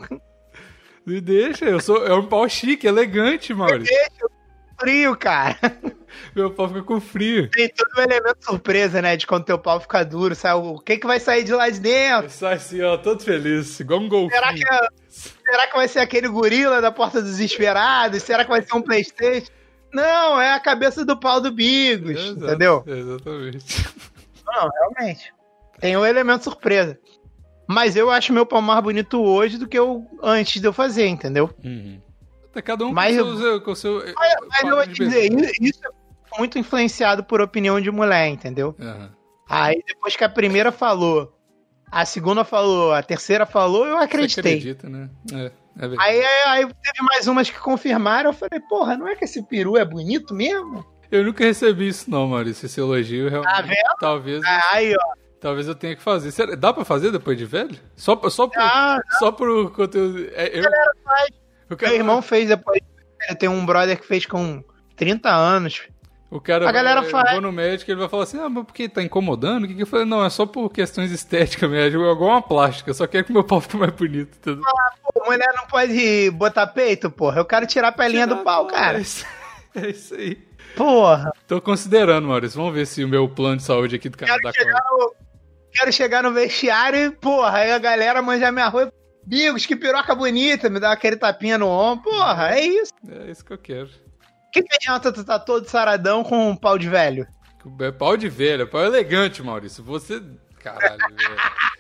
Me deixa, eu sou, é um pau chique, elegante, Maurício. Deixa o frio, cara. Meu pau fica com frio. Tem todo um elemento surpresa, né? De quando teu pau fica duro, sai o, o que que vai sair de lá de dentro? Sai assim, ó, todo feliz, igual um golfinho. Será que, é- será que vai ser aquele gorila da Porta dos Desesperados? Será que vai ser um Playstation? Não, é a cabeça do pau do Bigos, Exato, entendeu? Exatamente. Não, realmente. Tem um elemento surpresa. Mas eu acho meu pau mais bonito hoje do que eu antes de eu fazer, entendeu? Uhum. Tá cada um Mas com eu- o seu... Com o seu Mas, mas eu vou te dizer, isso é muito influenciado por opinião de mulher, entendeu? Uhum. Aí depois que a primeira falou, a segunda falou, a terceira falou, eu Você acreditei. acredita, né? É, é verdade. Aí, aí, aí teve mais umas que confirmaram, eu falei, porra, não é que esse peru é bonito mesmo? Eu nunca recebi isso não, Maurício, esse elogio realmente. Tá vendo? Talvez, Aí, ó. talvez eu tenha que fazer. Será- Dá pra fazer depois de velho? Só, só, por, Ah, só por conteúdo... É, eu, faz. o Meu cara, irmão fez depois. Eu tenho um brother que fez com trinta anos. o cara a galera vai, faz. vou no médico, ele vai falar assim, ah, mas por que tá incomodando? O que que eu falei? Não, é só por questões estéticas mesmo, é igual uma plástica, só quero que meu pau fique mais bonito, entendeu? Pô, mulher não pode botar peito, porra. Eu quero tirar a pelinha do pau, cara. Mas- É isso aí. Porra. Tô considerando, Maurício. Vamos ver se o meu plano de saúde aqui do canal Quero dá chegar, conta. no, quero chegar no vestiário e, porra, aí a galera manjar minha roupa. Bigos, que piroca bonita, me dá aquele tapinha no ombro. Porra, é isso. É isso que eu quero. Que que adianta tu tá todo saradão com um pau de velho? É pau de velho, é pau elegante, Maurício. Você... Caralho, velho.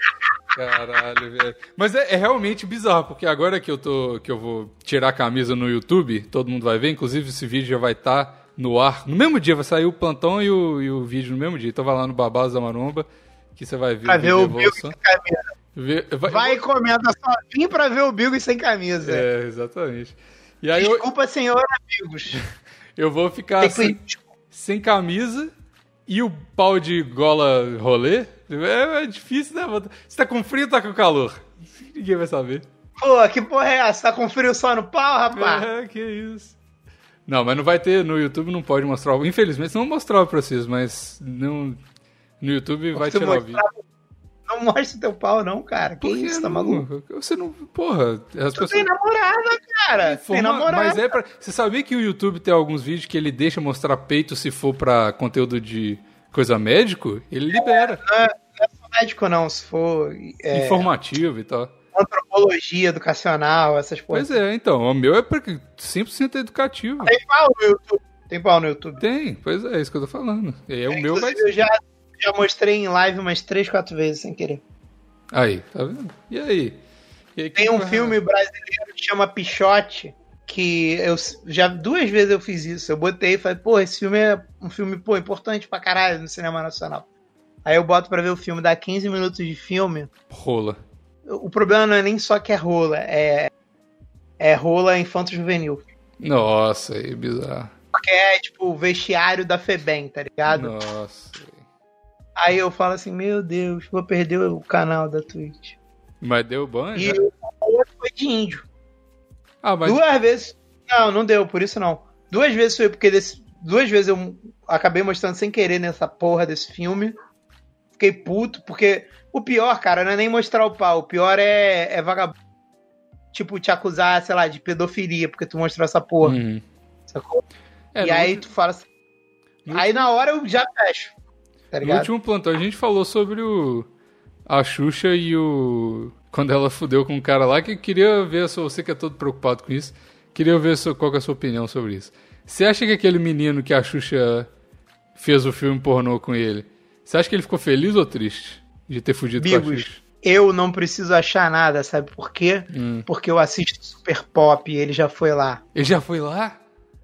Caralho, velho. Mas é, é realmente bizarro, porque agora que eu, tô, que eu vou tirar a camisa no YouTube, todo mundo vai ver, inclusive esse vídeo já vai estar tá no ar. No mesmo dia, vai sair o plantão e o, e o vídeo no mesmo dia. Então vai lá no Babados da Maromba, que você vai ver pra o ver o Bigo sem camisa. Vê, vai vai e comenta sozinho pra ver o Bigo sem camisa. É, exatamente. E aí Desculpa, eu, senhor amigos. Eu vou ficar sem, sem camisa e o pau de gola rolê. É, é difícil, né? Você tá com frio ou tá com calor? Ninguém vai saber. Pô, que porra é essa? Tá com frio só no pau, rapaz? É, que isso. Não, mas não vai ter, no YouTube não pode mostrar. Infelizmente, não vou mostrar pra vocês, mas não, no YouTube vai tirar o vídeo. Não mostra teu pau, não, cara. Que isso, tá maluco? Você não. Porra. As tu pessoas... tem namorada, cara. Forma... Tem namorada. Mas é pra. Você sabia que o YouTube tem alguns vídeos que ele deixa mostrar peito se for pra conteúdo de coisa médico? Ele libera. Não é, não é só médico, não. Se for. É... informativo e tal. Antropologia, educacional, essas coisas. Pois é, então. O meu é cem por cento educativo. Tem pau no YouTube. Tem pau no YouTube. Tem, pois é, é isso que eu tô falando. E é, o meu vai. Eu já. Já mostrei em live umas três, quatro vezes sem querer. Aí, tá vendo? E aí? E aí Tem um filme brasileiro que chama Pichote, que eu já duas vezes eu fiz isso. Eu botei e falei, pô, esse filme é um filme, pô, importante pra caralho no cinema nacional. Aí eu boto pra ver o filme, dá quinze minutos de filme. Rola. O problema não é nem só que é rola, é, é rola infanto-juvenil. Nossa, aí, bizarro. Porque é tipo o vestiário da FEBEM, tá ligado? Nossa. Aí eu falo assim, meu Deus, vou perder o canal da Twitch. Mas deu ban, E já? o outro foi de índio. Ah, mas... Duas vezes... Não, não deu, por isso não. Duas vezes foi porque... Desse... Duas vezes eu acabei mostrando sem querer nessa porra desse filme. Fiquei puto, porque... O pior, cara, não é nem mostrar o pau. O pior é, é vagabundo. Tipo, te acusar, sei lá, de pedofilia, porque tu mostrou essa porra. Uhum. Sacou? É, e aí último... tu fala assim... No aí último... na hora eu já fecho. Tá no último plantão a gente falou sobre o... a Xuxa e o... Quando ela fudeu com um cara lá, que queria ver, a sua... você que é todo preocupado com isso, queria ver a sua... qual que é a sua opinião sobre isso. Você acha que aquele menino que a Xuxa fez o filme pornô com ele, você acha que ele ficou feliz ou triste de ter fudido Bigos, com a Xuxa? Eu não preciso achar nada, sabe por quê? Hum. Porque eu assisto Super Pop e ele já foi lá. Ele já foi lá?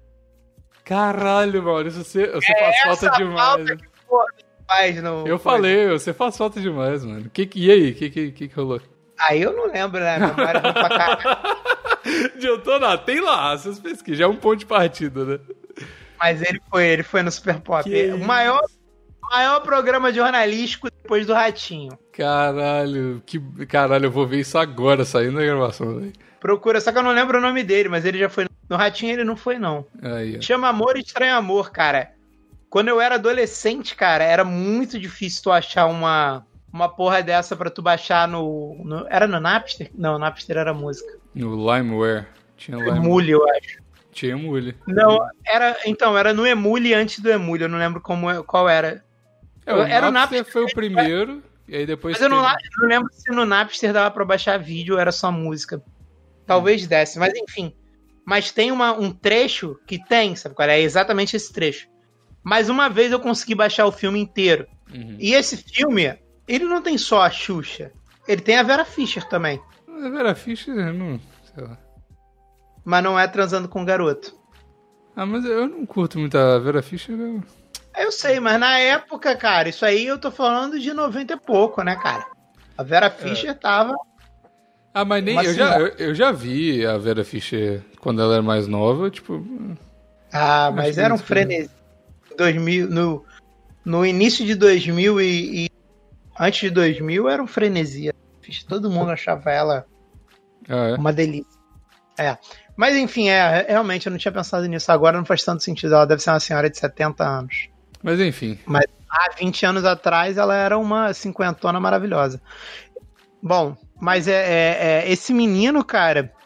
Caralho, Maurício, você, você é faz falta demais. Falta que, porra, faz no... Eu falei, você faz falta demais, mano. Que, e aí, o que, que, que rolou? Aí eu não lembro, né? Meu memória não pra cá. Adiantou nada, tem lá, vocês pesquisam, já é um ponto de partida, né? Mas ele foi, ele foi no Super Pop. Que o maior, maior programa jornalístico depois do Ratinho. Caralho, que caralho, eu vou ver isso agora, saindo da gravação, velho. Procura, só que eu não lembro o nome dele, mas ele já foi. No Ratinho ele não foi, não. Aí, chama Amor e Estranho Amor, cara. Quando eu era adolescente, cara, era muito difícil tu achar uma, uma porra dessa pra tu baixar no, no... Era no Napster? Não, Napster era música. No LimeWare. Tinha LimeWare. Emule, eu acho. Tinha Emule. Não, era... Então, era no Emule antes do Emule. Eu não lembro como, qual era. É, o era Napster, o Napster foi o primeiro, e aí depois... Mas eu não, eu não lembro se no Napster dava pra baixar vídeo ou era só música. Talvez hum. desse, mas enfim. Mas tem uma, um trecho que tem, sabe qual é? É exatamente esse trecho. Mas uma vez eu consegui baixar o filme inteiro. Uhum. E esse filme, ele não tem só a Xuxa. Ele tem a Vera Fischer também. A Vera Fischer, não... sei lá. Mas não é transando com um garoto. Ah, mas eu não curto muito a Vera Fischer. Eu, eu sei, mas na época, cara, isso aí eu tô falando de noventa e pouco, né, cara? A Vera Fischer é. tava... Ah, mas nem... Eu já, eu, eu já vi a Vera Fischer quando ela era mais nova, tipo... Ah, mas era um frenesi. dois mil, no, no início de dois mil e, e antes de dois mil era um frenesi. Todo mundo achava ela ah, é? uma delícia. É. Mas enfim, é, realmente eu não tinha pensado nisso. Agora não faz tanto sentido. Ela deve ser uma senhora de setenta anos. Mas enfim. Mas há vinte anos atrás ela era uma cinquentona maravilhosa. Bom, mas é, é, é esse menino, cara,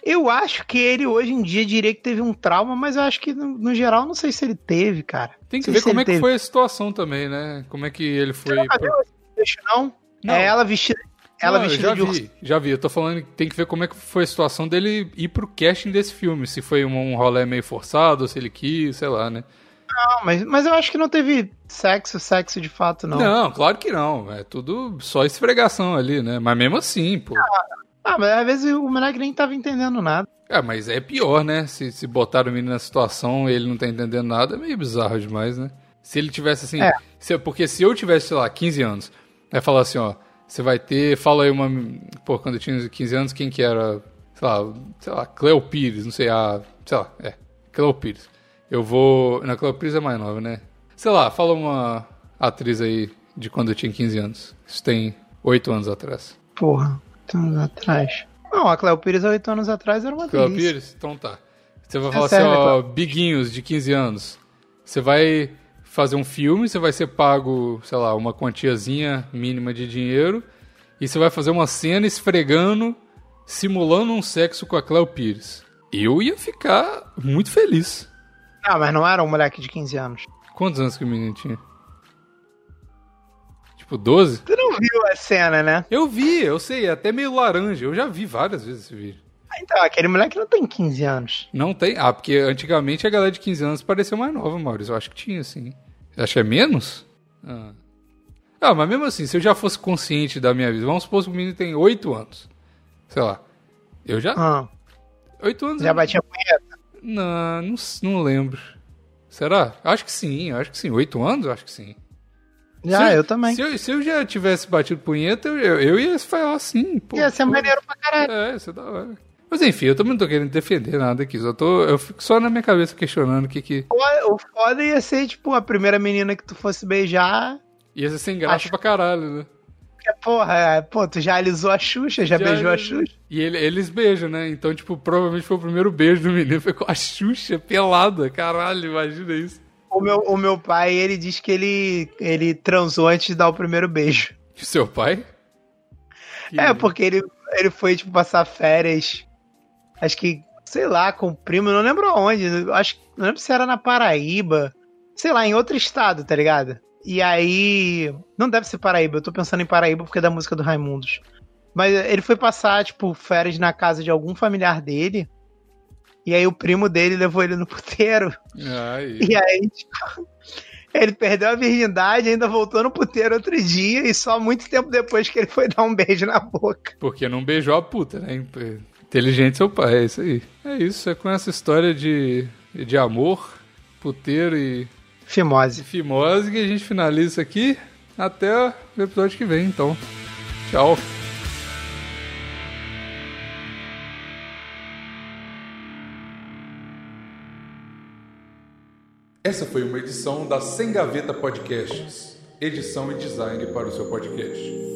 Eu acho que ele hoje em dia diria que teve um trauma, mas eu acho que no, no geral não sei se ele teve, cara. Tem que Não sei ver se como ele é que teve. foi a situação também, né? Como é que ele foi... Você nunca pro- viu esse trecho, não? Não. É ela vestida, ela Não, eu vestida já de urso. vi, já vi. Eu tô falando que tem que ver como é que foi a situação dele ir pro casting desse filme. Se foi um, um rolê meio forçado, ou se ele quis, sei lá, né? Não, mas, mas eu acho que não teve sexo, sexo de fato, não. Não, claro que não. É tudo só esfregação ali, né? Mas mesmo assim, pô. Ah, mas às vezes o moleque nem tava entendendo nada. É, mas é pior, né? Se, se botaram o menino na situação e ele não tá entendendo nada, é meio bizarro demais, né? Se ele tivesse assim... É. se- porque se eu tivesse, sei lá, quinze anos, aí falar assim, ó, você vai ter... Fala aí uma... Pô, quando eu tinha quinze anos, quem que era? Sei lá, sei lá, Cleo Pires, não sei, a... Sei lá, é, Cleo Pires. Eu vou... Na Cleo Pires é mais nova, né? Sei lá, fala uma atriz aí de quando eu tinha quinze anos. Isso tem oito anos atrás. Porra, oito anos atrás. Não, a Cleo Pires há oito anos atrás era uma Cleo delícia. Pires? Então tá. Você vai É falar sério, assim, ó, Cleo. Biguinhos, de quinze anos. Você vai fazer um filme, você vai ser pago, sei lá, uma quantiazinha mínima de dinheiro, e você vai fazer uma cena esfregando, simulando um sexo com a Cleo Pires. Eu ia ficar muito feliz. Ah, mas não era um moleque de quinze anos. Quantos anos que o menino tinha? Tipo, doze? Tu não viu a cena, né? Eu vi, eu sei, é até meio laranja. Eu já vi várias vezes esse vídeo. Ah, então, aquele moleque não tem quinze anos. Não tem? Ah, porque antigamente a galera de quinze anos parecia mais nova, Maurício. Eu acho que tinha, sim. Você acha que é menos? Ah. ah, mas mesmo assim, se eu já fosse consciente da minha vida, vamos supor que o menino tem oito anos. Sei lá. Eu já... Ah, oito anos... já eu- batia punheta. Não, não, não lembro. Será? Acho que sim, eu acho que sim. Oito anos? Eu acho que sim. Já, Se eu também. Se eu, se eu já tivesse batido punheta, eu, eu, eu ia falar assim, pô. Ia ser pô. maneiro pra caralho. É, isso é da hora. Mas enfim, eu também não tô querendo defender nada aqui. Só tô, eu fico só na minha cabeça questionando o que que... O o foda ia ser, tipo, a primeira menina que tu fosse beijar. Ia ser sem graça Acho- pra caralho, né? Porque, porra, é, pô, tu já alisou a Xuxa, já, beijou a Xuxa. E ele- eles beijam, né? Então, tipo, provavelmente foi o primeiro beijo do menino. Foi com a Xuxa pelada. Caralho, imagina isso. O meu, o meu pai, ele diz que ele, ele transou antes de dar o primeiro beijo. Seu pai? Que- É, porque ele, ele foi, tipo, passar férias. Acho que, sei lá, com o primo, não lembro aonde. Acho, não lembro se era na Paraíba. Sei lá, em outro estado, tá ligado? E aí. Não deve ser Paraíba, eu tô pensando em Paraíba porque é da música do Raimundos. Mas ele foi passar, tipo, férias na casa de algum familiar dele. E aí o primo dele levou ele no puteiro. Ai. E aí, tipo, ele perdeu a virgindade, ainda voltou no puteiro outro dia. E só muito tempo depois que ele foi dar um beijo na boca. Porque não beijou a puta, né? Inteligente seu pai, é isso aí. É isso, é com essa história de, de amor, puteiro e Fimose. fimose que a gente finaliza isso aqui. Até o episódio que vem, então. Tchau. Essa foi uma edição da Sem Gaveta Podcasts. Edição e design para o seu podcast.